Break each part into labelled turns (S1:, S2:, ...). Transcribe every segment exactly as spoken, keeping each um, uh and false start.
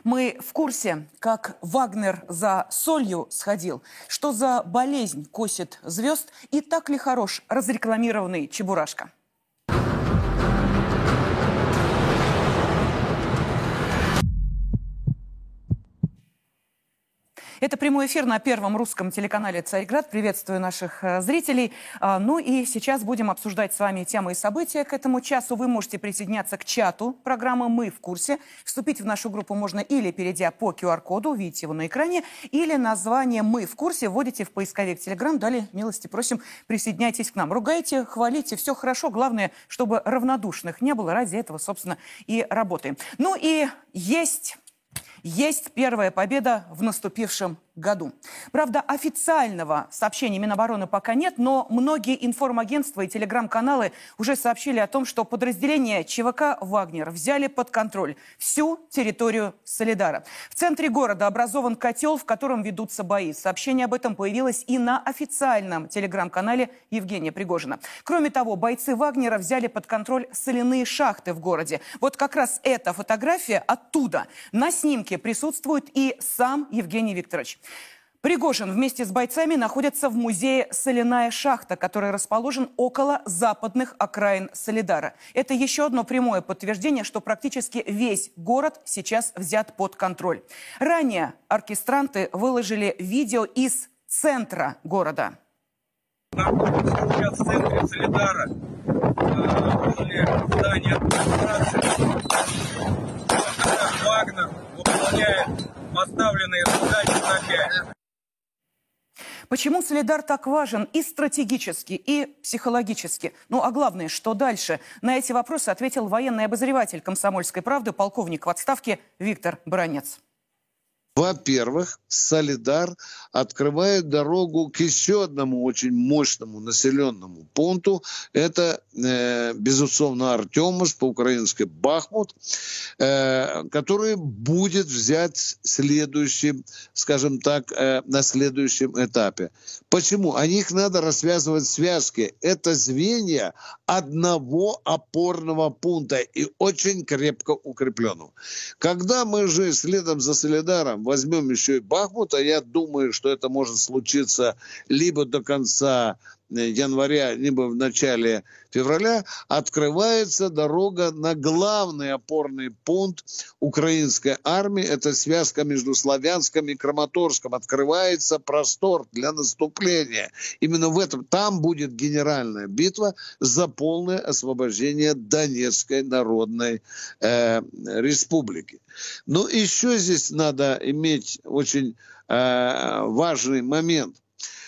S1: Мы в курсе, как Вагнер за солью сходил, что за болезнь косит звезд и так ли хорош разрекламированный Чебурашка. Это прямой эфир на первом русском телеканале «Царьград». Приветствую наших э, зрителей. А, ну и сейчас будем обсуждать с вами темы и события. К этому часу вы можете присоединяться к чату программы «Мы в курсе». Вступить в нашу группу можно или перейдя по ку ар коду, видите его на экране, или название «Мы в курсе» вводите в поисковик Telegram. Далее, милости просим, присоединяйтесь к нам. Ругайте, хвалите, все хорошо. Главное, чтобы равнодушных не было. Ради этого, собственно, и работаем. Ну и есть... Есть первая победа в наступившем году. Правда, официального сообщения Минобороны пока нет, но многие информагентства и телеграм-каналы уже сообщили о том, что подразделения ЧВК «Вагнер» взяли под контроль всю территорию Солидара. В центре города образован котел, в котором ведутся бои. Сообщение об этом появилось и на официальном телеграм-канале Евгения Пригожина. Кроме того, бойцы «Вагнера» взяли под контроль соляные шахты в городе. Вот как раз эта фотография оттуда. На снимке присутствует и сам Евгений Викторович. Пригожин вместе с бойцами находится в музее «Соляная шахта», который расположен около западных окраин Солидара. Это еще одно прямое подтверждение, что практически весь город сейчас взят под контроль. Ранее оркестранты выложили видео из центра города.
S2: Находимся сейчас в центре Солидара, возле здания администрации. Вагнер выполняет поставленные задачи на пять.
S1: Почему Солидар так важен и стратегически, и психологически? Ну, а главное, что дальше? На эти вопросы ответил военный обозреватель «Комсомольской правды», полковник в отставке Виктор Баранец.
S3: Во-первых, Солидар открывает дорогу к еще одному очень мощному населенному пункту. Это, э, безусловно, Артемовск, по-украински Бахмут, э, который будет взять следующим, скажем так, э, на следующем этапе. Почему? О них надо рассвязывать связки. Это звенья одного опорного пункта и очень крепко укрепленного. Когда мы же следом за Солидаром возьмем еще и Бахмут, а я думаю, что это может случиться либо до конца января, либо в начале февраля, открывается дорога на главный опорный пункт украинской армии. Это связка между Славянском и Краматорском. Открывается простор для наступления. Именно в этом, там будет генеральная битва за полное освобождение Донецкой Народной э, Республики. Но еще здесь надо иметь очень э, важный момент.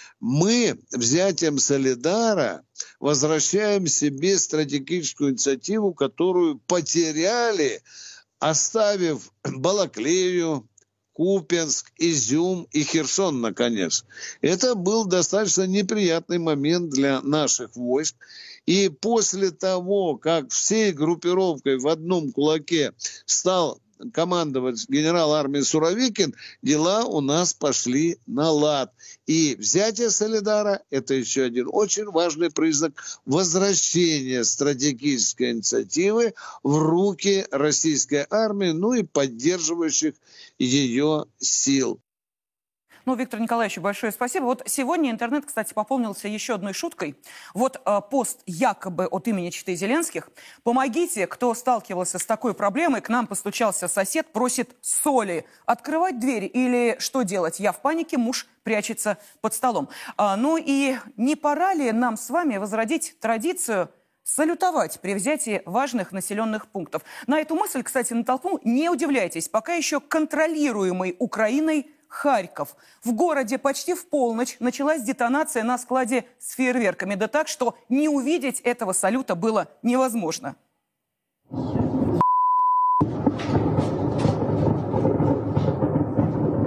S3: Мы взятием Солидара возвращаем себе стратегическую инициативу, которую потеряли, оставив Балаклею, Купянск, Изюм и Херсон, наконец. Это был достаточно неприятный момент для наших войск. И после того, как всей группировкой в одном кулаке стал командовать генерал армии Суровикин, дела у нас пошли на лад. И взятие Солидара – это еще один очень важный признак возвращения стратегической инициативы в руки российской армии, ну и поддерживающих ее сил.
S1: Ну, Виктор Николаевич, большое спасибо. Вот сегодня интернет, кстати, пополнился еще одной шуткой. Вот э, пост якобы от имени Читы Зеленских. Помогите, кто сталкивался с такой проблемой. К нам постучался сосед, просит соли. Открывать дверь или что делать? Я в панике, муж прячется под столом. А, ну и не пора ли нам с вами возродить традицию салютовать при взятии важных населенных пунктов? На эту мысль, кстати, натолкнул, не удивляйтесь, пока еще контролируемый Украиной Харьков. В городе почти в полночь началась детонация на складе с фейерверками. Да так, что не увидеть этого салюта было невозможно.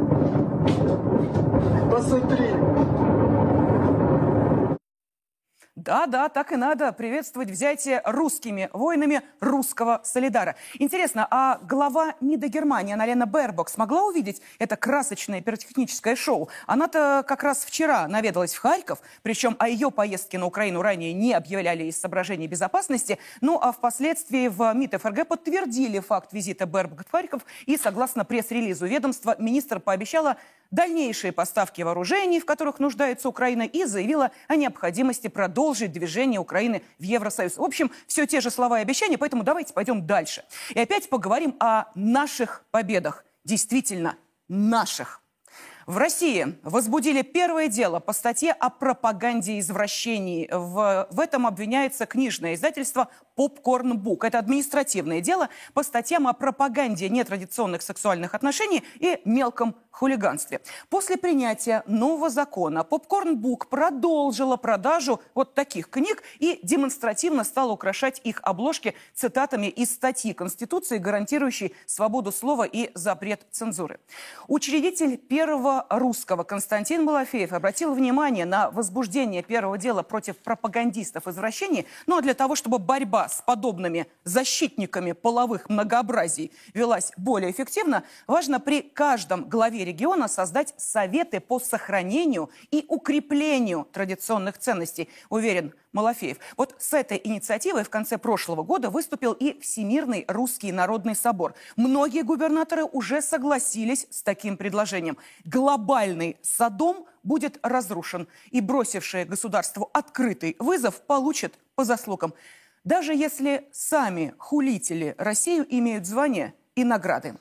S1: Посмотри. Да-да, так и надо приветствовать взятие русскими воинами русского солидара. Интересно, а глава МИДа Германии Анналена Бербок смогла увидеть это красочное пиротехническое шоу? Она-то как раз вчера наведалась в Харьков, причем о ее поездке на Украину ранее не объявляли из соображений безопасности, ну а впоследствии в МИД ФРГ подтвердили факт визита Бербок в Харьков, и согласно пресс-релизу ведомства, министр пообещала дальнейшие поставки вооружений, в которых нуждается Украина, и заявила о необходимости продолжить движение Украины в Евросоюз. В общем, все те же слова и обещания, поэтому давайте пойдем дальше. И опять поговорим о наших победах. Действительно, наших. В России возбудили первое дело по статье о пропаганде извращений. В, в этом обвиняется книжное издательство «Попкорн Бук». Это административное дело по статьям о пропаганде нетрадиционных сексуальных отношений и мелком хулиганстве. После принятия нового закона «Попкорн Бук» продолжила продажу вот таких книг и демонстративно стала украшать их обложки цитатами из статьи Конституции, гарантирующей свободу слова и запрет цензуры. Учредитель первого русского Константин Малафеев обратил внимание на возбуждение первого дела против пропагандистов извращений, но для того, чтобы борьба с подобными защитниками половых многообразий велась более эффективно, важно при каждом главе региона создать советы по сохранению и укреплению традиционных ценностей, уверен Малафеев. Вот с этой инициативой в конце прошлого года выступил и Всемирный Русский Народный Собор. Многие губернаторы уже согласились с таким предложением. Глобальный Содом будет разрушен, и бросившее государству открытый вызов получит по заслугам. Даже если сами хулители Россию имеют звание и награды.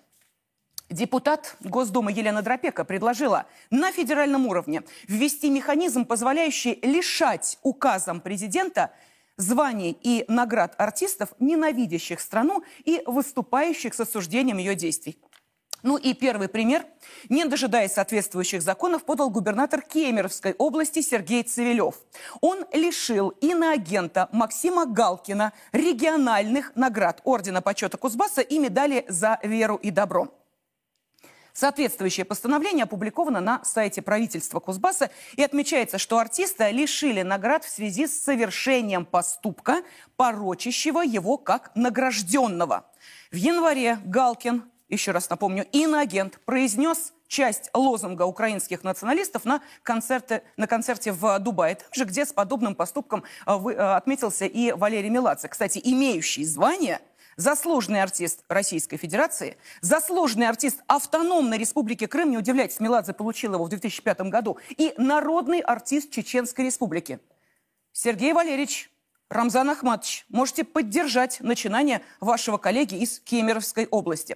S1: Депутат Госдумы Елена Дропека предложила на федеральном уровне ввести механизм, позволяющий лишать указом президента званий и наград артистов, ненавидящих страну и выступающих с осуждением ее действий. Ну и первый пример, не дожидаясь соответствующих законов, подал губернатор Кемеровской области Сергей Цивилев. Он лишил иноагента Максима Галкина региональных наград ордена почета Кузбасса и медали за веру и добро. Соответствующее постановление опубликовано на сайте правительства Кузбасса, и отмечается, что артиста лишили наград в связи с совершением поступка, порочащего его как награжденного. В январе Галкин, еще раз напомню, иноагент, произнес часть лозунга украинских националистов на, концерте, на концерте в Дубае, там же, где с подобным поступком отметился и Валерий Меладзе, кстати, имеющий звание заслуженный артист Российской Федерации, заслуженный артист Автономной Республики Крым, не удивляйтесь, Меладзе получил его в две тысячи пятом году, и народный артист Чеченской Республики. Сергей Валерьевич, Рамзан Ахматович, можете поддержать начинание вашего коллеги из Кемеровской области.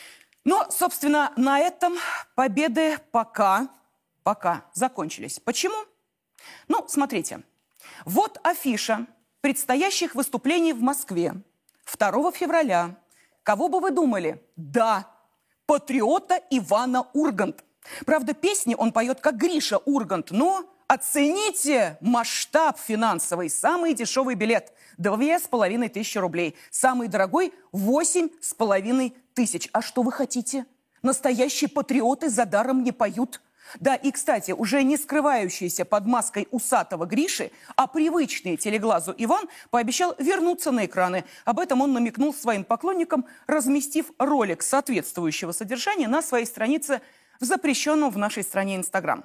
S1: Но, собственно, на этом победы пока, пока закончились. Почему? Ну, смотрите, вот афиша предстоящих выступлений в Москве. второго февраля. Кого бы вы думали? Да, патриота Ивана Ургант. Правда, песни он поет как Гриша Ургант, но оцените масштаб финансовый. Самый дешевый билет – две с половиной тысячи рублей. Самый дорогой – восемь с половиной тысяч. А что вы хотите? Настоящие патриоты за даром не поют. Да, и, кстати, уже не скрывающийся под маской усатого Гриши, а привычный телеглазу Иван пообещал вернуться на экраны. Об этом он намекнул своим поклонникам, разместив ролик соответствующего содержания на своей странице в запрещенном в нашей стране Инстаграм.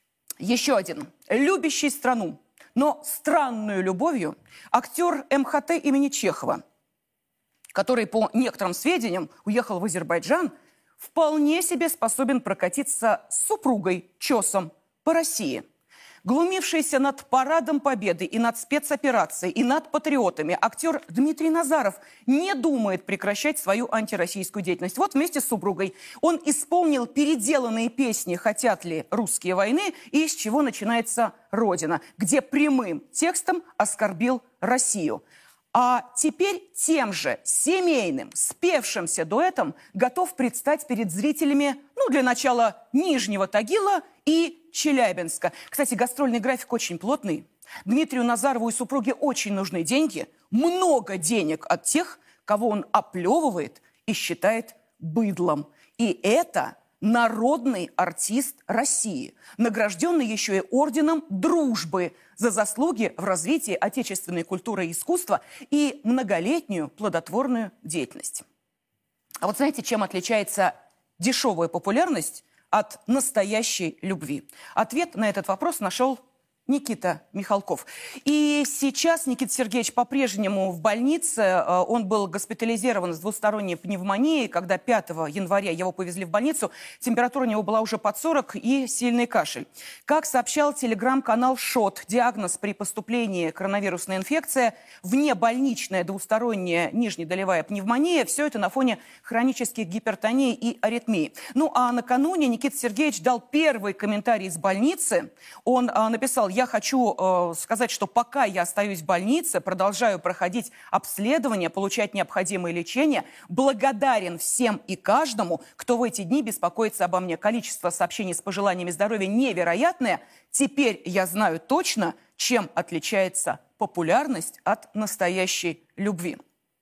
S1: Еще один любящий страну, но странную любовью актер эм ха тэ имени Чехова, который, по некоторым сведениям, уехал в Азербайджан, вполне себе способен прокатиться с супругой Чосом по России. Глумившийся над Парадом Победы и над спецоперацией, и над патриотами, актер Дмитрий Назаров не думает прекращать свою антироссийскую деятельность. Вот вместе с супругой он исполнил переделанные песни «Хотят ли русские войны» и «С чего начинается Родина», где прямым текстом оскорбил Россию. А теперь тем же семейным, спевшимся дуэтом готов предстать перед зрителями, ну, для начала Нижнего Тагила и Челябинска. Кстати, гастрольный график очень плотный. Дмитрию Назарову и супруге очень нужны деньги. Много денег от тех, кого он оплевывает и считает быдлом. И это народный артист России, награжденный еще и орденом дружбы за заслуги в развитии отечественной культуры и искусства и многолетнюю плодотворную деятельность. А вот знаете, чем отличается дешевая популярность от настоящей любви? Ответ на этот вопрос нашел Никита Михалков. И сейчас Никита Сергеевич по-прежнему в больнице. Он был госпитализирован с двусторонней пневмонией, когда пятого января его повезли в больницу. Температура у него была уже под сорок и сильный кашель. Как сообщал телеграм-канал ШОТ, диагноз при поступлении коронавирусная инфекция, внебольничная двусторонняя нижнедолевая пневмония. Все это на фоне хронических гипертонии и аритмии. Ну а накануне Никита Сергеевич дал первый комментарий из больницы. Он а, написал: «Я хочу э, сказать, что пока я остаюсь в больнице, продолжаю проходить обследование, получать необходимое лечение. Благодарен всем и каждому, кто в эти дни беспокоится обо мне. Количество сообщений с пожеланиями здоровья невероятное. Теперь я знаю точно, чем отличается популярность от настоящей любви».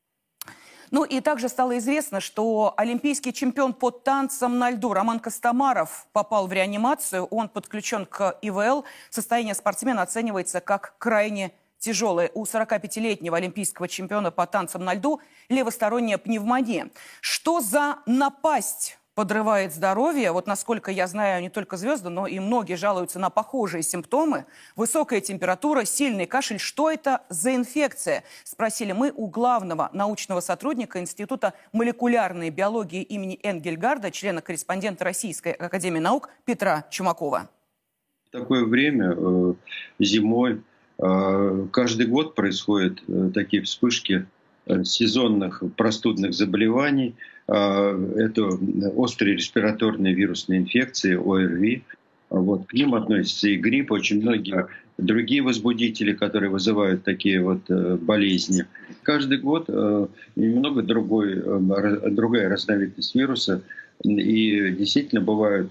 S1: Ну и также стало известно, что олимпийский чемпион по танцам на льду Роман Костомаров попал в реанимацию. Он подключен к И В Л. Состояние спортсмена оценивается как крайне тяжелое. У сорокапятилетнего олимпийского чемпиона по танцам на льду левосторонняя пневмония. Что за напасть подрывает здоровье? Вот насколько я знаю, не только звезды, но и многие жалуются на похожие симптомы. Высокая температура, сильный кашель. Что это за инфекция? Спросили мы у главного научного сотрудника Института молекулярной биологии имени Энгельгарда, члена-корреспондента Российской академии наук Петра Чумакова.
S4: В такое время, э, зимой, э, каждый год происходят э, такие вспышки э, сезонных простудных заболеваний. Это острые респираторные вирусные инфекции, О Р Ви. Вот, к ним относятся и грипп, очень многие другие возбудители, которые вызывают такие вот болезни. Каждый год немного другой, другая разновидность вируса. И действительно бывают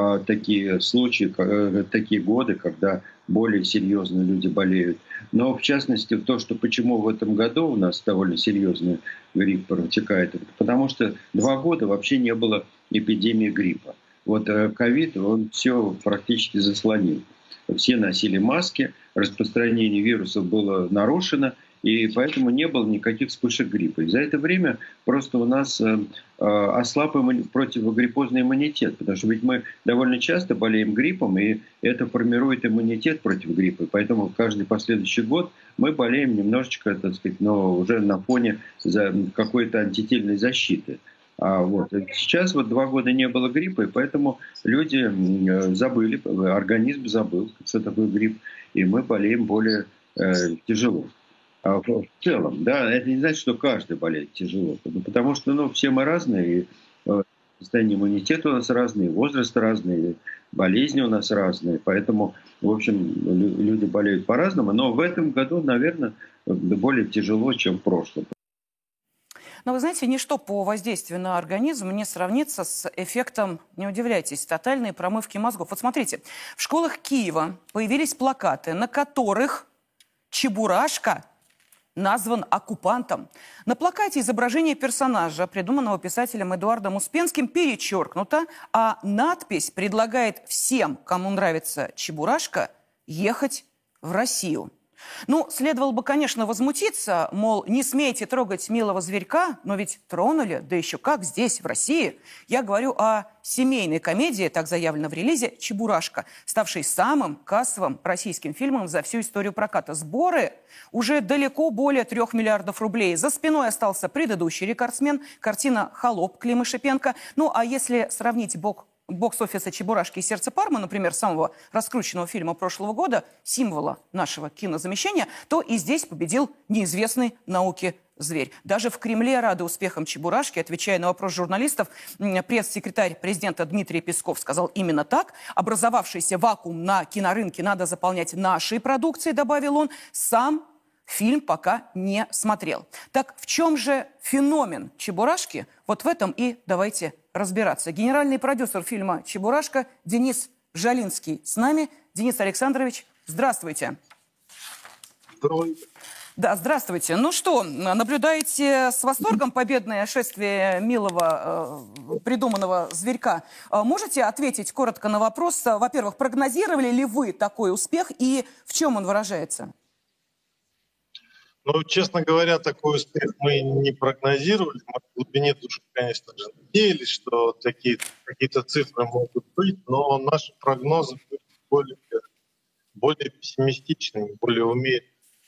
S4: такие случаи, такие годы, когда более серьезно люди болеют. Но в частности, то, что почему в этом году у нас довольно серьезный грипп протекает, потому что два года вообще не было эпидемии гриппа. Вот ковид, он все практически заслонил. Все носили маски, распространение вирусов было нарушено, и поэтому не было никаких вспышек гриппа. И за это время просто у нас э, ослаб противогриппозный иммунитет, потому что ведь мы довольно часто болеем гриппом, и это формирует иммунитет против гриппа. Поэтому каждый последующий год мы болеем немножечко, так сказать, но уже на фоне какой-то антительной защиты. А вот сейчас вот два года не было гриппа, и поэтому люди забыли, организм забыл, что такое грипп, и мы болеем более э, тяжело. А в целом, да, это не значит, что каждый болеет тяжело, потому что, ну, все мы разные, и состояние иммунитета у нас разные, возраст разный, болезни у нас разные, поэтому, в общем, люди болеют по-разному, но в этом году, наверное, более тяжело, чем в прошлом.
S1: Но вы знаете, ничто по воздействию на организм не сравнится с эффектом, не удивляйтесь, тотальной промывки мозгов. Вот смотрите, в школах Киева появились плакаты, на которых Чебурашка назван оккупантом. На плакате изображение персонажа, придуманного писателем Эдуардом Успенским, перечеркнуто, а надпись предлагает всем, кому нравится Чебурашка, ехать в Россию. Ну, следовало бы, конечно, возмутиться, мол, не смейте трогать милого зверька, но ведь тронули, да еще как здесь, в России. Я говорю о семейной комедии, так заявлено в релизе, «Чебурашка», ставшей самым кассовым российским фильмом за всю историю проката. Сборы уже далеко более трех миллиардов рублей. За спиной остался предыдущий рекордсмен, картина «Холоп» Климы Шипенко. Ну, а если сравнить бок бокс-офиса «Чебурашки» и «Сердце Пармы», например, самого раскрученного фильма прошлого года, символа нашего кинозамещения, то и здесь победил неизвестный науке зверь. Даже в Кремле рады успехам «Чебурашки», отвечая на вопрос журналистов, пресс-секретарь президента Дмитрий Песков сказал именно так. Образовавшийся вакуум на кинорынке надо заполнять нашей продукцией, добавил он. Сам фильм пока не смотрел. Так в чем же феномен «Чебурашки»? Вот в этом и давайте разбираться. Генеральный продюсер фильма «Чебурашка» Денис Бжалинский с нами. Денис Александрович, здравствуйте.
S5: Здравствуйте.
S1: Да, здравствуйте. Ну что, наблюдаете с восторгом победное шествие милого э, придуманного зверька? Э, можете ответить коротко на вопрос? Во-первых, прогнозировали ли вы такой успех и в чем он выражается?
S5: Ну, честно говоря, такой успех мы не прогнозировали. Мы в глубине души, конечно же, надеялись, что такие, какие-то цифры могут быть, но наши прогнозы были более, более пессимистичными, более умеренными.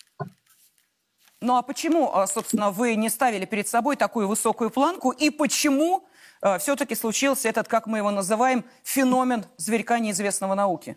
S1: Ну а почему, собственно, вы не ставили перед собой такую высокую планку? И почему э, все-таки случился этот, как мы его называем, феномен зверька неизвестного науки?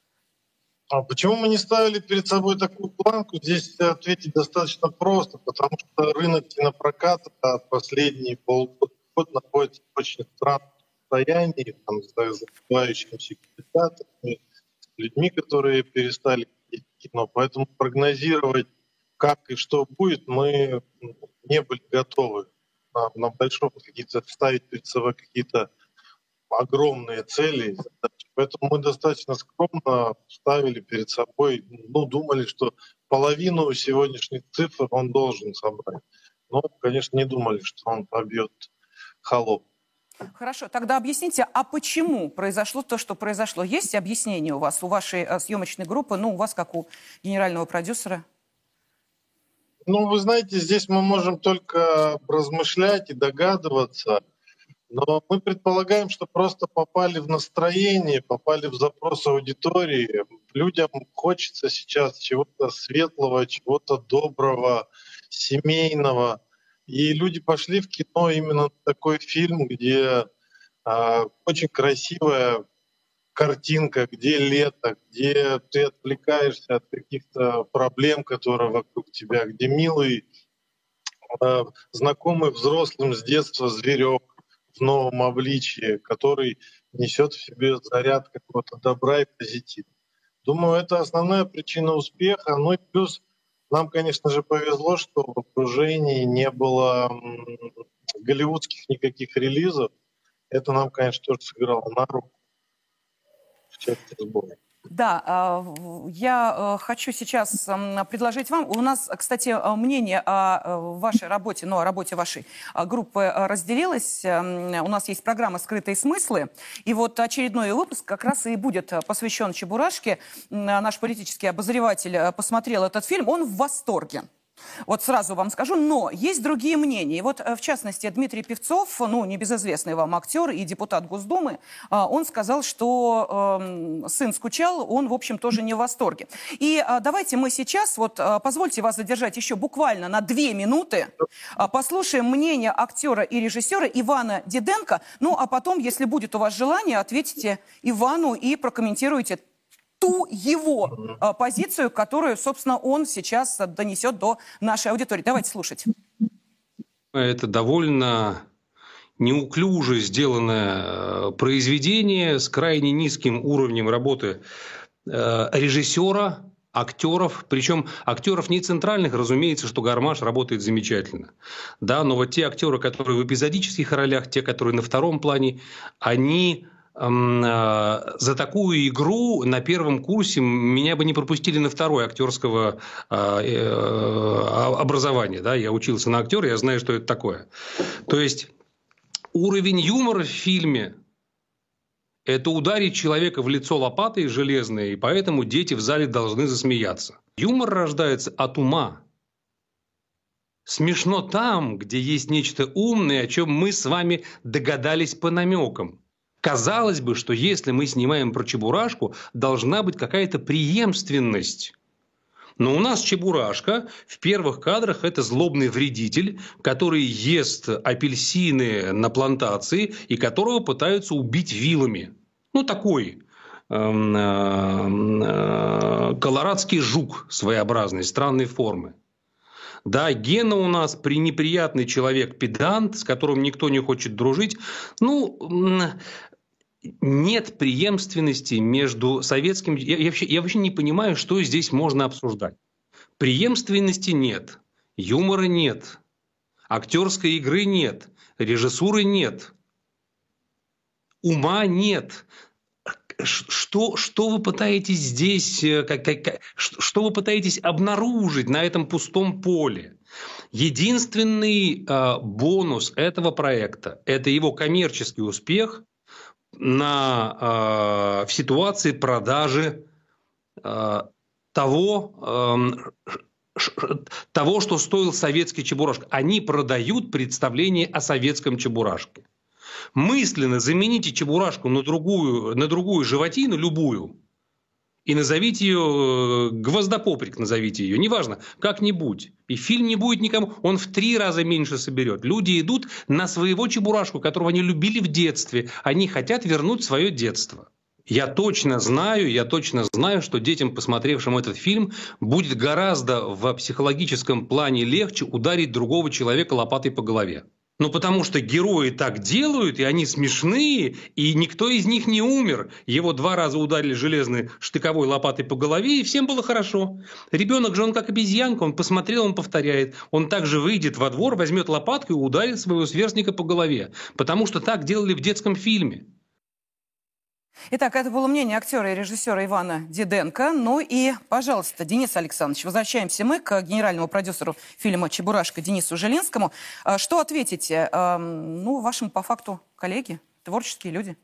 S5: А почему мы не ставили перед собой такую планку? Здесь ответить достаточно просто, потому что рынок кинопроката последние полгода находится в очень странном состоянии, там, с закрывающимися кинотеатрами, с людьми, которые перестали ходить в кино. Поэтому прогнозировать, как и что будет, мы не были готовы на, на большом какие-то ставить перед собой какие-то огромные цели. Поэтому мы достаточно скромно ставили перед собой, ну, думали, что половину сегодняшних цифр он должен собрать. Но, конечно, не думали, что он побьет «Холоп».
S1: Хорошо, тогда объясните, а почему произошло то, что произошло? Есть объяснение у вас, у вашей э, съемочной группы, ну, у вас как у генерального продюсера?
S5: Ну, вы знаете, здесь мы можем только размышлять и догадываться, но мы предполагаем, что просто попали в настроение, попали в запрос аудитории. Людям хочется сейчас чего-то светлого, чего-то доброго, семейного. И люди пошли в кино именно на такой фильм, где э, очень красивая картинка, где лето, где ты отвлекаешься от каких-то проблем, которые вокруг тебя, где милый, э, знакомый взрослым с детства зверек в новом обличии, который несет в себе заряд какого-то добра и позитива. Думаю, это основная причина успеха. Ну и плюс нам, конечно же, повезло, что в окружении не было голливудских никаких релизов. Это нам, конечно, тоже сыграло на руку в части сбора.
S1: Да, я хочу сейчас предложить вам. У нас, кстати, мнение о вашей работе, ну, о работе вашей группы разделилось. У нас есть программа «Скрытые смыслы». И вот очередной выпуск как раз и будет посвящен Чебурашке. Наш политический обозреватель посмотрел этот фильм. Он в восторге. Вот сразу вам скажу, но есть другие мнения. И вот, в частности, Дмитрий Певцов, ну, небезызвестный вам актер и депутат Госдумы, он сказал, что э, сын скучал, он, в общем, тоже не в восторге. И э, давайте мы сейчас, вот, э, позвольте вас задержать еще буквально на две минуты, э, послушаем мнение актера и режиссера Ивана Диденко, ну, а потом, если будет у вас желание, ответите Ивану и прокомментируйте ту его э, позицию, которую, собственно, он сейчас донесет до нашей аудитории. Давайте слушать.
S6: Это довольно неуклюже сделанное произведение с крайне низким уровнем работы э, режиссера, актеров, причем актеров не центральных, разумеется, что Гармаш работает замечательно. Да, но вот те актеры, которые в эпизодических ролях, те, которые на втором плане, они... За такую игру на первом курсе меня бы не пропустили на второй актерского образования. Да? Я учился на актера, я знаю, что это такое. То есть уровень юмора в фильме – это ударить человека в лицо лопатой железной, и поэтому дети в зале должны засмеяться. Юмор рождается от ума. Смешно там, где есть нечто умное, о чем мы с вами догадались по намекам. Казалось бы, что если мы снимаем про Чебурашку, должна быть какая-то преемственность. Но у нас Чебурашка в первых кадрах – это злобный вредитель, который ест апельсины на плантации и которого пытаются убить вилами. Ну, такой э, э, колорадский жук своеобразной, странной формы. Да, Гена у нас пренеприятный человек-педант, с которым никто не хочет дружить. Ну, нет преемственности между советским... Я, я, вообще, я вообще не понимаю, что здесь можно обсуждать. Преемственности нет, юмора нет, актерской игры нет, режиссуры нет, ума нет. что, что вы пытаетесь здесь, как, как, что вы пытаетесь обнаружить на этом пустом поле? Единственный э, бонус этого проекта – это его коммерческий успех на, э, в ситуации продажи э, того, э, того, что стоил советский Чебурашка. Они продают представление о советском Чебурашке. Мысленно замените Чебурашку на другую, на другую животину, любую, и назовите ее, Гвоздопоприк назовите ее, неважно, как-нибудь. И фильм не будет никому, он в три раза меньше соберет. Люди идут на своего Чебурашку, которого они любили в детстве. Они хотят вернуть свое детство. Я точно знаю, я точно знаю, что детям, посмотревшим этот фильм, будет гораздо в психологическом плане легче ударить другого человека лопатой по голове. Ну, потому что герои так делают, и они смешные, и никто из них не умер. Его два раза ударили железной штыковой лопатой по голове, и всем было хорошо. Ребенок же, он как обезьянка, он посмотрел, он повторяет. Он также выйдет во двор, возьмет лопатку и ударит своего сверстника по голове. Потому что так делали в детском фильме.
S1: Итак, это было мнение актера и режиссера Ивана Диденко. Ну и, пожалуйста, Денис Александрович, возвращаемся мы к генеральному продюсеру фильма «Чебурашка» Денису Жилинскому. Что ответите, ну, вашему по факту коллеге, творческие люди?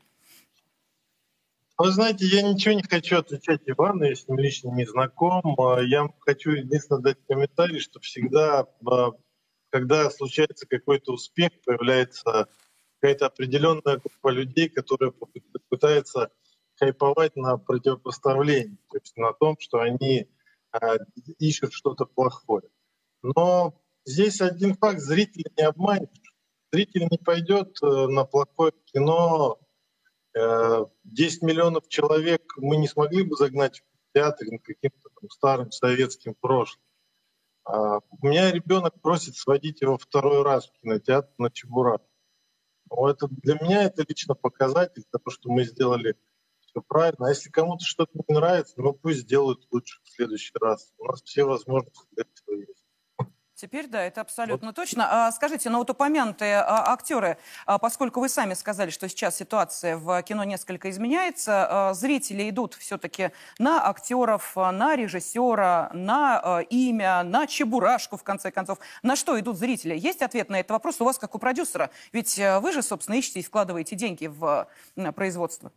S5: Вы знаете, я ничего не хочу отвечать Ивану, я с ним лично не знаком. Я хочу единственное дать комментарий, что всегда, когда случается какой-то успех, появляется какая-то определенная группа людей, которая пытается хайповать на противопоставлении, то есть на том, что они а, ищут что-то плохое. Но здесь один факт: зрителя не обманешь. Зритель не пойдет на плохое кино. десять миллионов человек мы не смогли бы загнать в театр каким-то там старым советским прошлым. А у меня ребенок просит сводить его второй раз в кинотеатр на Чебурашку. Это, для меня это лично показатель того, что мы сделали все правильно. А если кому-то что-то не нравится, ну пусть сделают лучше в следующий раз. У нас все возможности для этого есть.
S1: Теперь да, это абсолютно вот точно. А, скажите, ну вот упомянутые а, актеры, а, поскольку вы сами сказали, что сейчас ситуация в кино несколько изменяется, а, зрители идут все-таки на актеров, на режиссера, на а, имя, на Чебурашку, в конце концов. На что идут зрители? Есть ответ на этот вопрос у вас, как у продюсера? Ведь а, вы же, собственно, ищете и вкладываете деньги в а, производство.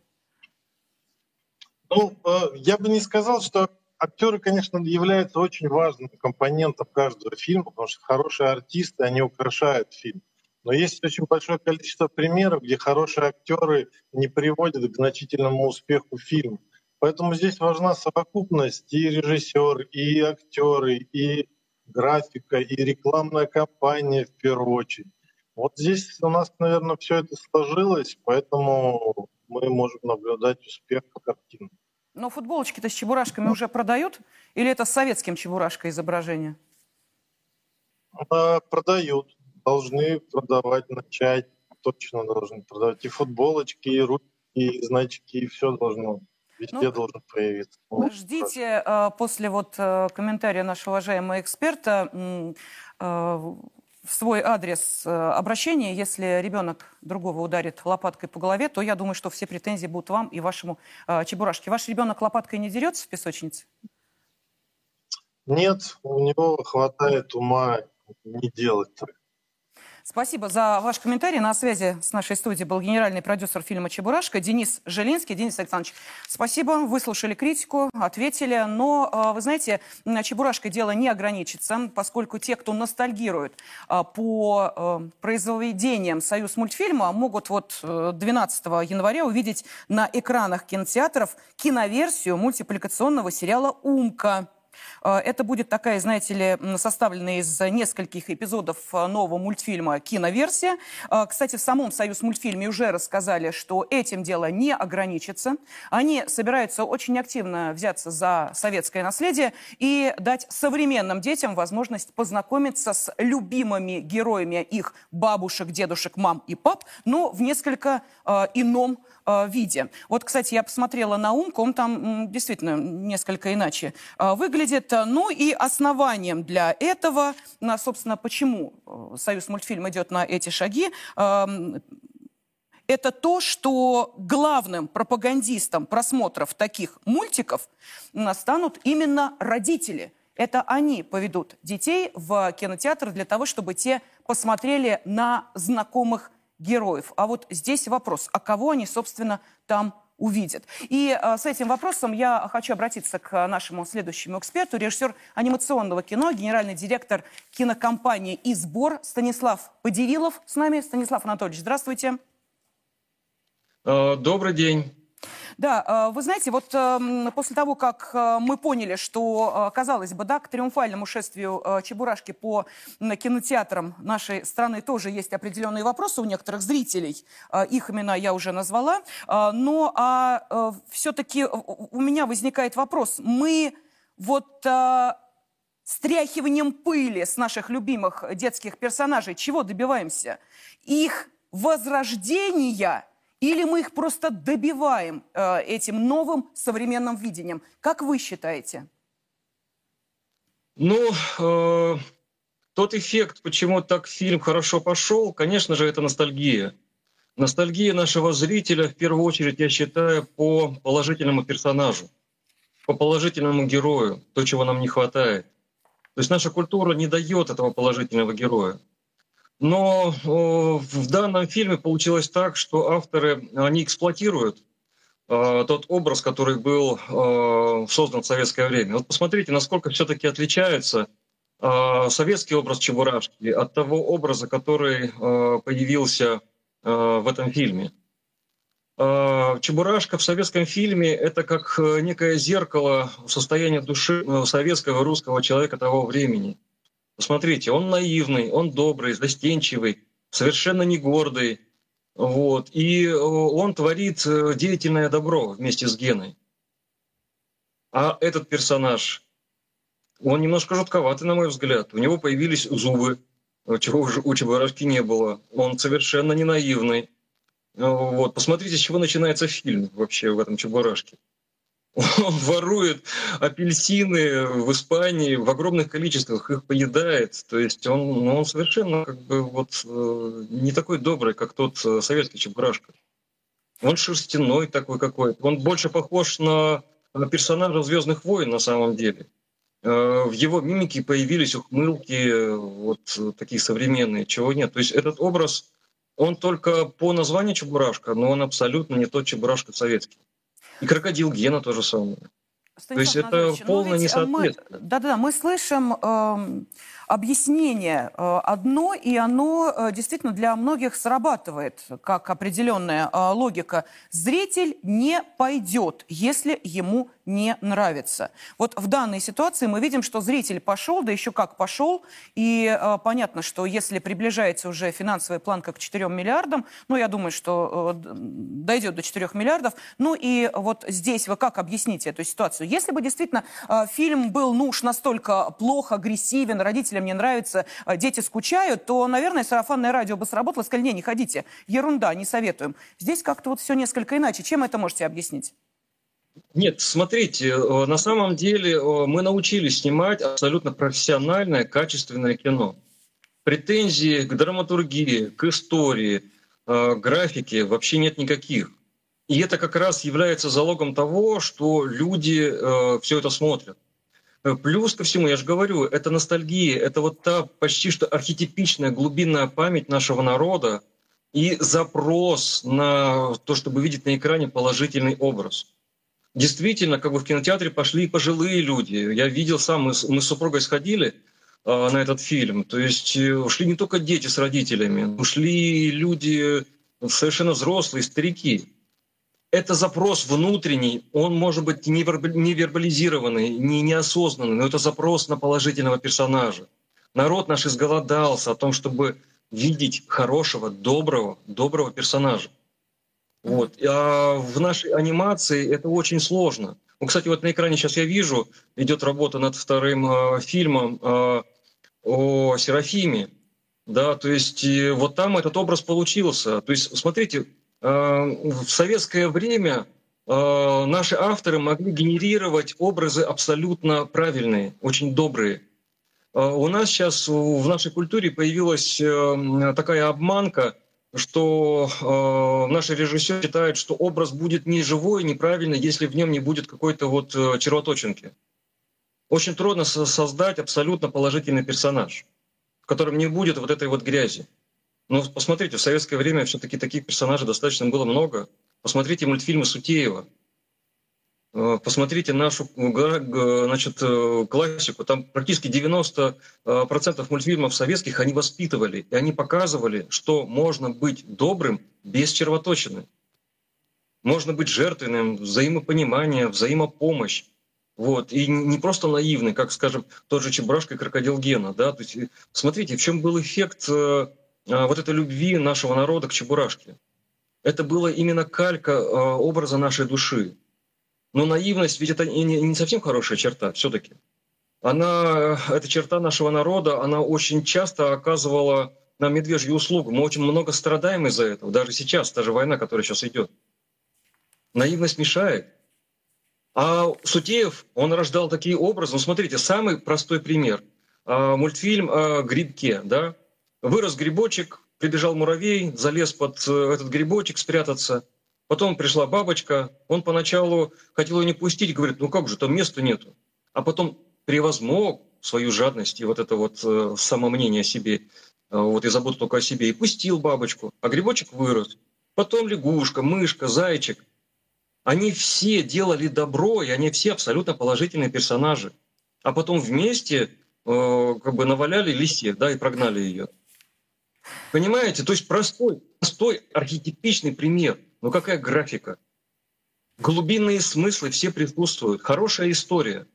S5: Ну, я бы не сказал, что актеры, конечно, являются очень важным компонентом каждого фильма, потому что хорошие артисты, они украшают фильм. Но есть очень большое количество примеров, где хорошие актеры не приводят к значительному успеху фильма. Поэтому здесь важна совокупность: и режиссер, и актеры, и графика, и рекламная кампания в первую очередь. Вот здесь у нас, наверное, все это сложилось, поэтому мы можем наблюдать успех картины.
S1: Но футболочки-то с чебурашками уже продают? Или это с советским Чебурашкой изображение?
S5: А, продают. Должны продавать, начать. Точно должны продавать. И футболочки, и ручки, и значки, и все должно. Везде ну, должен появиться.
S1: Ждите э, после вот э, комментария нашего уважаемого эксперта э, в свой адрес э, обращения. Если ребенок другого ударит лопаткой по голове, то я думаю, что все претензии будут вам и вашему э, Чебурашке. Ваш ребенок лопаткой не дерется в песочнице?
S5: Нет, у него хватает ума не делать так.
S1: Спасибо за ваш комментарий. На связи с нашей студией был генеральный продюсер фильма «Чебурашка» Денис Жилинский. Денис Александрович, спасибо. Выслушали критику, ответили. Но, вы знаете, «Чебурашкой» дело не ограничится, поскольку те, кто ностальгирует по произведениям «Союзмультфильма», могут вот двенадцатого января увидеть на экранах кинотеатров киноверсию мультипликационного сериала «Умка». Это будет такая, знаете ли, составленная из нескольких эпизодов нового мультфильма киноверсия. Кстати, в самом «Союзмультфильме» уже рассказали, что этим дело не ограничится. Они собираются очень активно взяться за советское наследие и дать современным детям возможность познакомиться с любимыми героями их бабушек, дедушек, мам и пап, но в несколько э, ином э, виде. Вот, кстати, я посмотрела на «Умку», он там действительно несколько иначе э, выглядит. Ну и основанием для этого, собственно, почему «Союзмультфильм» идет на эти шаги, это то, что главным пропагандистом просмотров таких мультиков станут именно родители. Это они поведут детей в кинотеатр для того, чтобы те посмотрели на знакомых героев. А вот здесь вопрос, а кого они, собственно, там увидят? И э, с этим вопросом я хочу обратиться к нашему следующему эксперту, режиссер анимационного кино, генеральный директор кинокомпании «И сбор» Станислав Подивилов с нами. Станислав Анатольевич, здравствуйте.
S7: Добрый день.
S1: Да, вы знаете, вот после того, как мы поняли, что, казалось бы, да, к триумфальному шествию Чебурашки по кинотеатрам нашей страны тоже есть определенные вопросы у некоторых зрителей, их имена я уже назвала, но а, все-таки у меня возникает вопрос, мы вот стряхиванием пыли с наших любимых детских персонажей чего добиваемся? Их возрождения? Или мы их просто добиваем э, этим новым современным видением? Как вы считаете?
S7: Ну, э, тот эффект, почему так фильм хорошо пошел, конечно же, это ностальгия. Ностальгия нашего зрителя, в первую очередь, я считаю, по положительному персонажу, по положительному герою, то, чего нам не хватает. То есть наша культура не дает этого положительного героя. Но э, в данном фильме получилось так, что авторы, они эксплуатируют э, тот образ, который был э, создан в советское время. Вот посмотрите, насколько все-таки отличается э, советский образ Чебурашки от того образа, который э, появился э, в этом фильме. Э, Чебурашка в советском фильме — это как некое зеркало состояния души советского и русского человека того времени. Посмотрите, он наивный, он добрый, застенчивый, совершенно не гордый. Вот, и он творит деятельное добро вместе с Геной. А этот персонаж, он немножко жутковатый, на мой взгляд. У него появились зубы, чего у Чебурашки не было. Он совершенно не наивный. Вот, посмотрите, с чего начинается фильм вообще в этом Чебурашке. Он ворует апельсины в Испании в огромных количествах, их поедает. То есть он, ну, он совершенно как бы вот не такой добрый, как тот советский Чебурашка. Он шерстяной такой какой-то. Он больше похож на персонажа «Звездных войн» на самом деле. В его мимике появились ухмылки вот такие современные, чего нет. То есть этот образ, он только по названию Чебурашка, но он абсолютно не тот Чебурашка советский. И крокодил Гена то же самое.
S1: Станислав
S7: То есть это полное несоответствие.
S1: Да-да-да, мы слышим э, объяснение э, одно, и оно э, действительно для многих срабатывает как определенная э, логика. Зритель не пойдет, если ему не нравится. Вот в данной ситуации мы видим, что зритель пошел, да еще как пошел, и э, понятно, что если приближается уже финансовая планка к четырем миллиардам, ну, я думаю, что э, дойдет до четырёх миллиардов, ну, и вот здесь вы как объясните эту ситуацию? Если бы действительно э, фильм был, ну, уж настолько плохо, агрессивен, родителям не нравится, э, дети скучают, то, наверное, сарафанное радио бы сработало, сказали, не, не ходите, ерунда, не советуем. Здесь как-то вот все несколько иначе. Чем это можете объяснить?
S7: Нет, смотрите, на самом деле мы научились снимать абсолютно профессиональное, качественное кино. Претензий к драматургии, к истории, к графике вообще нет никаких. И это как раз является залогом того, что люди все это смотрят. Плюс ко всему, я же говорю, это ностальгия, это вот та почти что архетипичная глубинная память нашего народа и запрос на то, чтобы видеть на экране положительный образ. Действительно, как бы в кинотеатре пошли и пожилые люди. Я видел сам, мы, мы с супругой сходили э, на этот фильм. То есть э, ушли не только дети с родителями, ушли люди совершенно взрослые, старики. Это запрос внутренний, он может быть не вербализированный, не неосознанный, но это запрос на положительного персонажа. Народ наш изголодался о том, чтобы видеть хорошего, доброго, доброго персонажа. Вот. А в нашей анимации это очень сложно. Ну, кстати, вот на экране сейчас я вижу, идет работа над вторым э, фильмом э, о Серафиме. Да, то есть и вот там этот образ получился. То есть, смотрите, э, в советское время э, наши авторы могли генерировать образы абсолютно правильные, очень добрые. Э, у нас сейчас в нашей культуре появилась э, такая обманка, что э, наши режиссеры считают, что образ будет не живой, неправильный, если в нем не будет какой-то вот э, червоточинки. Очень трудно со- создать абсолютно положительный персонаж, в котором не будет вот этой вот грязи. Но посмотрите, в советское время все-таки таких персонажей достаточно было много. Посмотрите мультфильмы Сутеева. Э, Посмотрите нашу га- га- значит, э, классику. Там практически девяносто процентов мультфильмов советских они воспитывали. И они показывали, что можно быть добрым без червоточины. Можно быть жертвенным, взаимопонимание, взаимопомощь. Вот. И не просто наивный, как, скажем, тот же Чебурашка и Крокодил Гена. Да? То есть, смотрите, в чем был эффект э, э, вот этой любви нашего народа к Чебурашке. Это была именно калька э, образа нашей души. Но наивность, ведь это и не, не совсем хорошая черта все-таки. Она, эта черта нашего народа, она очень часто оказывала нам медвежью услугу. Мы очень много страдаем из-за этого. Даже сейчас, та же война, которая сейчас идет. Наивность мешает. А Сутеев, он рождал такие образы. Ну, смотрите, самый простой пример. А, мультфильм о грибке. Да? Вырос грибочек, прибежал муравей, залез под э, этот грибочек спрятаться. Потом пришла бабочка, он поначалу хотел ее не пустить, говорит, ну как же, там места нету. А потом превозмог свою жадность и вот это вот э, самомнение о себе, э, вот и заботу только о себе, и пустил бабочку, а грибочек вырос. Потом лягушка, мышка, зайчик. Они все делали добро, и они все абсолютно положительные персонажи. А потом вместе э, как бы наваляли лисе, да, и прогнали ее. Понимаете? То есть простой, простой архетипичный пример. Ну какая графика? Глубинные смыслы все присутствуют. Хорошая история.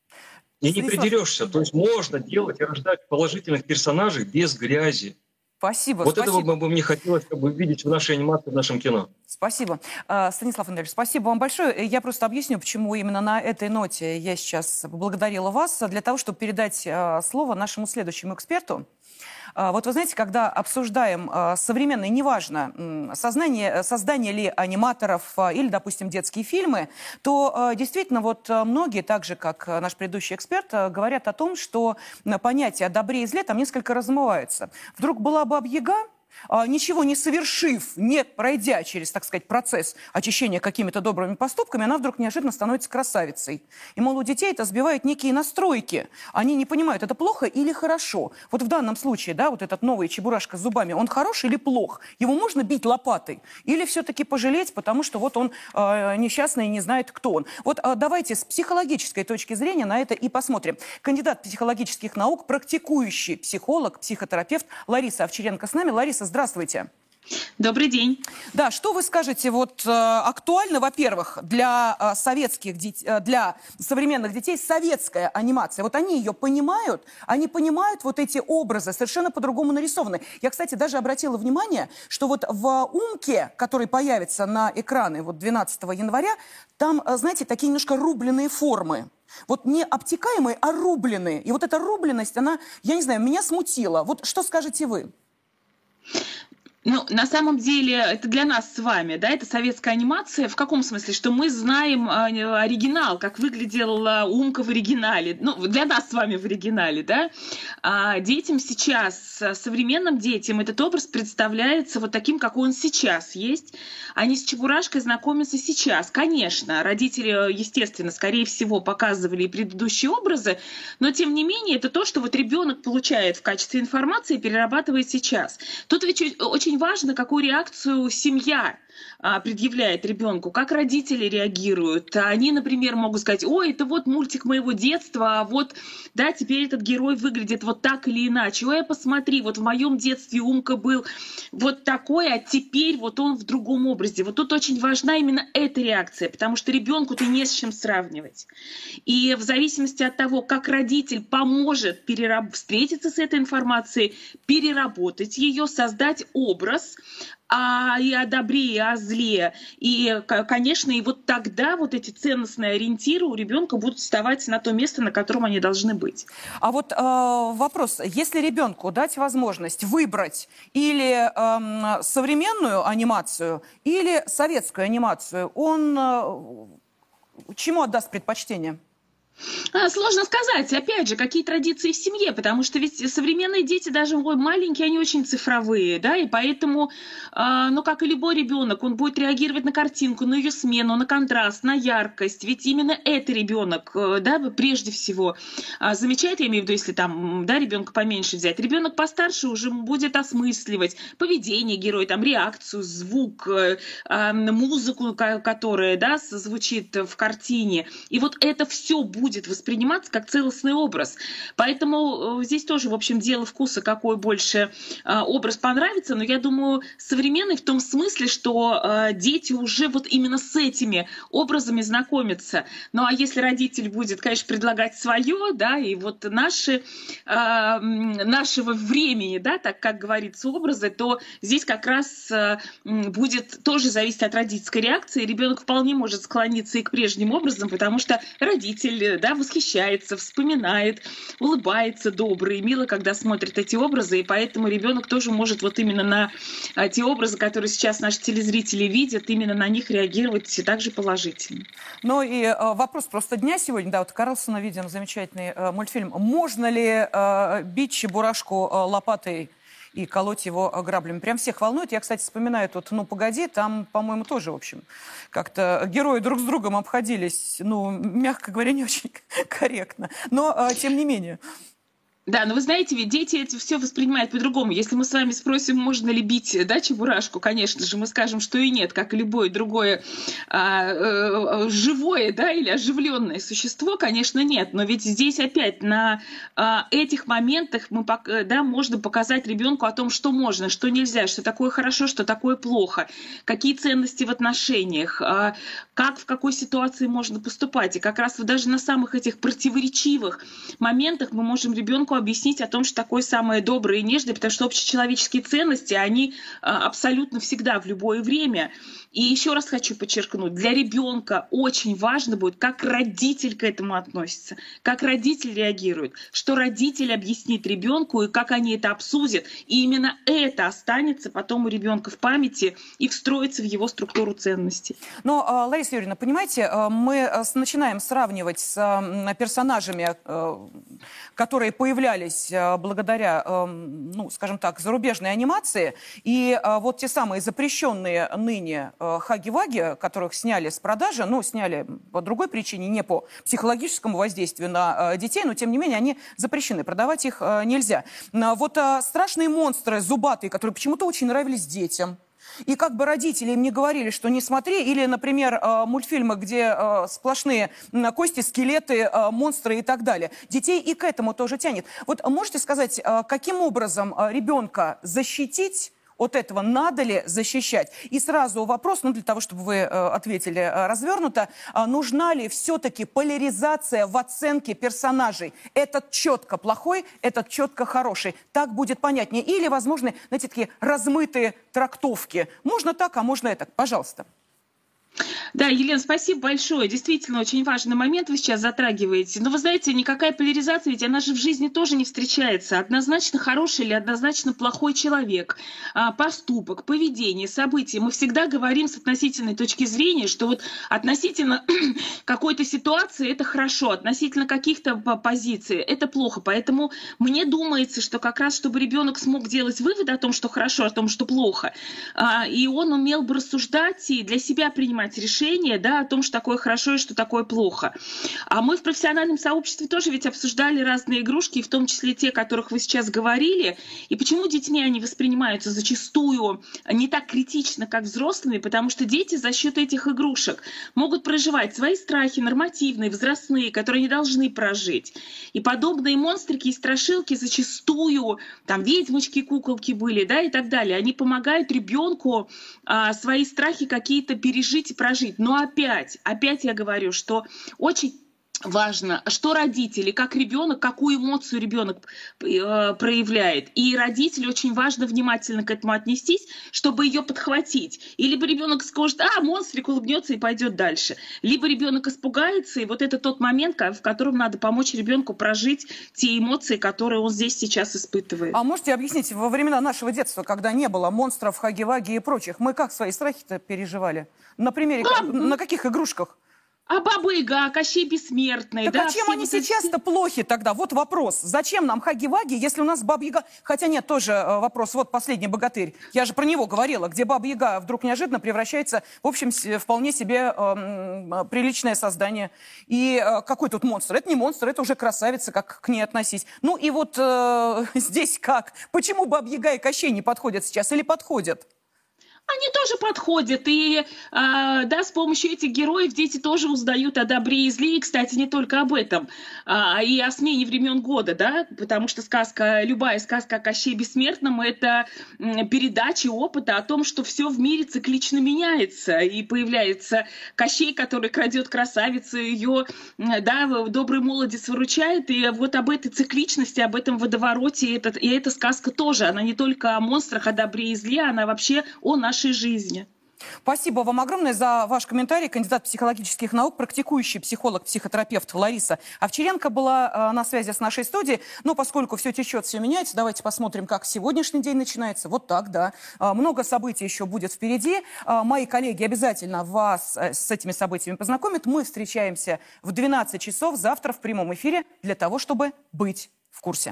S7: И не придерешься. То есть можно делать и рождать положительных персонажей без грязи.
S1: Спасибо.
S7: Вот
S1: спасибо.
S7: этого бы мне хотелось как бы видеть в нашей анимации, в нашем кино.
S1: Спасибо. А, Станислав Андреевич, спасибо вам большое. Я просто объясню, почему именно на этой ноте я сейчас поблагодарила вас, для того, чтобы передать а, слово нашему следующему эксперту. А, Вот вы знаете, когда обсуждаем а, современные, неважно, м, сознание, создание ли аниматоров а, или, допустим, детские фильмы, то а, действительно вот а, многие, так же, как а, наш предыдущий эксперт, а, говорят о том, что м, понятие о добре и зле там несколько размывается. Вдруг была Баба-Яга, а, ничего не совершив, не пройдя через, так сказать, процесс очищения какими-то добрыми поступками, она вдруг неожиданно становится красавицей. И, мол, у детей это сбивает некие настройки. Они не понимают, это плохо или хорошо. Вот в данном случае, да, вот этот новый Чебурашка с зубами, он хорош или плох? Его можно бить лопатой? Или все-таки пожалеть, потому что вот он э, несчастный и не знает, кто он? Вот э, давайте с психологической точки зрения на это и посмотрим. Кандидат психологических наук, практикующий психолог, психотерапевт Лариса Овчаренко с нами. Лариса, здравствуйте.
S8: Добрый день.
S1: Да, что вы скажете, вот э, актуально, во-первых, для э, советских детей, э, для современных детей советская анимация. Вот они ее понимают, они понимают вот эти образы, совершенно по-другому нарисованы. Я, кстати, даже обратила внимание, что вот в «Умке», который появится на экраны вот двенадцатого января, там, э, знаете, такие немножко рубленые формы. Вот не обтекаемые, а рубленые. И вот эта рубленность, она, я не знаю, меня смутила. Вот что скажете вы?
S8: Ну, на самом деле, это для нас с вами, да, это советская анимация. В каком смысле? Что мы знаем э, оригинал, как выглядела Умка в оригинале. Ну, для нас с вами в оригинале, да. А детям сейчас, современным детям, этот образ представляется вот таким, какой он сейчас есть. Они с Чебурашкой знакомятся сейчас. Конечно, родители, естественно, скорее всего, показывали и предыдущие образы, но, тем не менее, это то, что вот ребенок получает в качестве информации и перерабатывает сейчас. Тут ведь очень важно, какую реакцию семья а, предъявляет ребенку, как родители реагируют. Они, например, могут сказать: ой, это вот мультик моего детства, а вот, да, теперь этот герой выглядит вот так или иначе. Ой, посмотри, вот в моем детстве Умка был вот такой, а теперь вот он в другом образе. Вот тут очень важна именно эта реакция, потому что ребенку-то не с чем сравнивать. И в зависимости от того, как родитель поможет перераб... встретиться с этой информацией, переработать ее, создать образ, а и о добре, и о зле. И, конечно, и вот тогда вот эти ценностные ориентиры у ребенка будут вставать на то место, на котором они должны быть.
S1: А вот э, вопрос, если ребенку дать возможность выбрать или э, современную анимацию, или советскую анимацию, он э, чему отдаст предпочтение?
S8: А, Сложно сказать, опять же, какие традиции в семье, потому что ведь современные дети, даже ой, маленькие, они очень цифровые, да, и поэтому, а, ну, как и любой ребенок, он будет реагировать на картинку, на ее смену, на контраст, на яркость, ведь именно это ребенок, э, да, прежде всего а, замечает, я имею в виду, если там, да, ребенка поменьше взять, ребенок постарше уже будет осмысливать поведение героя, там, реакцию, звук, э, э, музыку, ка- которая, да, с- звучит в картине, и вот это все будет будет восприниматься как целостный образ. Поэтому э, здесь тоже, в общем, дело вкуса, какой больше э, образ понравится. Но я думаю, современный в том смысле, что э, дети уже вот именно с этими образами знакомятся. Ну а если родитель будет, конечно, предлагать свое, да, и вот наши, э, нашего времени, да, так как говорится, образы, то здесь как раз э, будет тоже зависеть от родительской реакции. Ребенок вполне может склониться и к прежним образам, потому что родитель, да, восхищается, вспоминает, улыбается добрый, мило, когда смотрит эти образы, и поэтому ребенок тоже может вот именно на а, те образы, которые сейчас наши телезрители видят, именно на них реагировать также положительно.
S1: Ну и э, вопрос просто дня сегодня, да, вот Карлсона видим замечательный э, мультфильм. Можно ли э, бить Чебурашку э, лопатой и колоть его граблями? Прям всех волнует. Я, кстати, вспоминаю тут «Ну, погоди», там, по-моему, тоже, в общем, как-то герои друг с другом обходились, ну, мягко говоря, не очень корректно. Но, э, тем не менее...
S8: Да, но вы знаете, ведь дети это все воспринимают по-другому. Если мы с вами спросим, можно ли бить, да, Чебурашку, конечно же, мы скажем, что и нет, как и любое другое а, а, живое, да, или оживленное существо, конечно, нет. Но ведь здесь опять на а, этих моментах мы, да, можно показать ребенку о том, что можно, что нельзя, что такое хорошо, что такое плохо, какие ценности в отношениях, а, как в какой ситуации можно поступать. И как раз вот даже на самых этих противоречивых моментах мы можем ребенку объяснить о том, что такое самое доброе и нежное, потому что общечеловеческие ценности, они а, абсолютно всегда, в любое время. И еще раз хочу подчеркнуть, для ребенка очень важно будет, как родитель к этому относится, как родитель реагирует, что родитель объяснит ребенку и как они это обсудят. И именно это останется потом у ребенка в памяти и встроится в его структуру ценностей.
S1: Но, Лариса Юрьевна, понимаете, мы начинаем сравнивать с персонажами, которые появлялись благодаря, ну, скажем так, зарубежной анимации, и вот те самые запрещенные ныне хаги-ваги, которых сняли с продажи, ну, сняли по другой причине, не по психологическому воздействию на детей, но, тем не менее, они запрещены, продавать их нельзя. Вот страшные монстры зубатые, которые почему-то очень нравились детям. И как бы родители им не говорили, что не смотри, или, например, мультфильмы, где сплошные кости, скелеты, монстры и так далее. Детей и к этому тоже тянет. Вот можете сказать, каким образом ребенка защитить от этого, надо ли защищать? И сразу вопрос, ну, для того, чтобы вы ответили развернуто, нужна ли все-таки поляризация в оценке персонажей? Этот четко плохой, этот четко хороший. Так будет понятнее. Или, возможно, знаете, такие размытые трактовки. Можно так, а можно это. Пожалуйста.
S8: Да, Елена, спасибо большое. Действительно, очень важный момент вы сейчас затрагиваете. Но вы знаете, никакая поляризация, ведь она же в жизни тоже не встречается. Однозначно хороший или однозначно плохой человек, поступок, поведение, события. Мы всегда говорим с относительной точки зрения, что вот относительно какой-то ситуации это хорошо, относительно каких-то позиций это плохо. Поэтому мне думается, что как раз, чтобы ребенок смог делать выводы о том, что хорошо, о том, что плохо, и он умел бы рассуждать и для себя принимать решение, да, о том, что такое хорошо и что такое плохо. А мы в профессиональном сообществе тоже ведь обсуждали разные игрушки, в том числе те, о которых вы сейчас говорили. И почему детьми они воспринимаются зачастую не так критично, как взрослыми? Потому что дети за счет этих игрушек могут проживать свои страхи нормативные, возрастные, которые они должны прожить. И подобные монстрики и страшилки зачастую, там ведьмочки, куколки были, да, и так далее, они помогают ребенку а, свои страхи какие-то пережить и прожить. Но опять, опять я говорю, что очень важно, что родители, как ребенок, какую эмоцию ребенок э, проявляет. И родителю очень важно внимательно к этому отнестись, чтобы ее подхватить. И либо ребенок скажет, а, монстрик, улыбнется и пойдет дальше. Либо ребенок испугается, и вот это тот момент, в котором надо помочь ребенку прожить те эмоции, которые он здесь сейчас испытывает.
S1: А можете объяснить, во времена нашего детства, когда не было монстров, хаги-ваги и прочих, мы как свои страхи-то переживали? На примере,
S8: А,
S1: на каких игрушках?
S8: А Баба-Яга, Кощей Бессмертный.
S1: Так
S8: да,
S1: а чем
S8: все
S1: они
S8: вот эти-
S1: сейчас-то плохи тогда? Вот вопрос. Зачем нам Хаги-Ваги, если у нас Баба-Яга... Хотя нет, тоже э, вопрос. Вот последний богатырь. Я же про него говорила, где Баба-Яга вдруг неожиданно превращается, в общем, с- вполне себе э, м, приличное создание. И э, какой тут монстр? Это не монстр, это уже красавица, как к ней относись. Ну и вот э, здесь как? Почему Баба-Яга и Кощей не подходят сейчас или подходят?
S8: Они тоже подходят, и а, да, с помощью этих героев дети тоже узнают о добре и зле, и, кстати, не только об этом, а, и о смене времен года, да, потому что сказка, любая сказка о Кощее Бессмертном — это м, передача опыта о том, что все в мире циклично меняется, и появляется Кощей, который крадет красавицу, ее, да, добрый молодец выручает, и вот об этой цикличности, об этом водовороте, и, этот, и эта сказка тоже, она не только о монстрах, о добре и зле, она вообще о нашей жизни.
S1: Спасибо вам огромное за ваш комментарий. Кандидат психологических наук, практикующий психолог, психотерапевт Лариса Овчаренко была э, на связи с нашей студией. Но поскольку все течет, все меняется, давайте посмотрим, как сегодняшний день начинается. Вот так, да. Э, много событий еще будет впереди. Э, мои коллеги обязательно вас э, с этими событиями познакомят. Мы встречаемся в двенадцать часов завтра в прямом эфире для того, чтобы быть в курсе.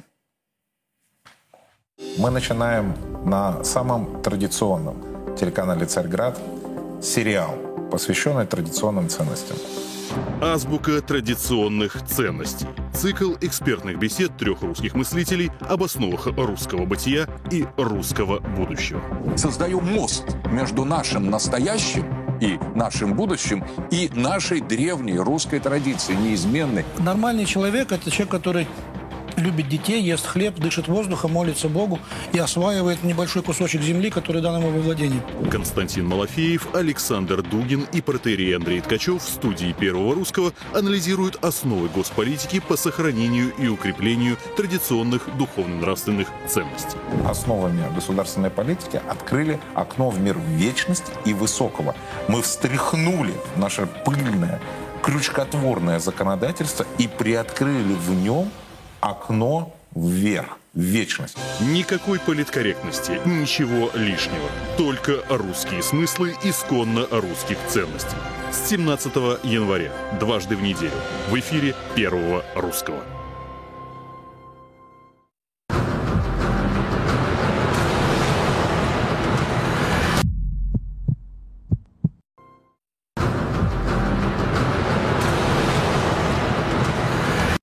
S9: Мы начинаем на самом традиционном телеканале «Царьград» сериал, посвященный традиционным ценностям.
S10: Азбука традиционных ценностей. Цикл экспертных бесед трех русских мыслителей об основах русского бытия и русского будущего.
S11: Создаю мост между нашим настоящим и нашим будущим и нашей древней русской традицией, неизменной.
S12: Нормальный человек – это человек, который любит детей, ест хлеб, дышит воздухом, молится Богу и осваивает небольшой кусочек земли, который дан ему во владение.
S10: Константин Малафеев, Александр Дугин и протоиерей Андрей Ткачев в студии Первого Русского анализируют основы госполитики по сохранению и укреплению традиционных духовно-нравственных ценностей.
S9: Основами государственной политики открыли окно в мир вечности и высокого. Мы встряхнули наше пыльное, крючкотворное законодательство и приоткрыли в нем окно вверх, в вечность.
S10: Никакой политкорректности, ничего лишнего. Только русские смыслы исконно русских ценностей. С семнадцатого января, дважды в неделю, в эфире Первого Русского.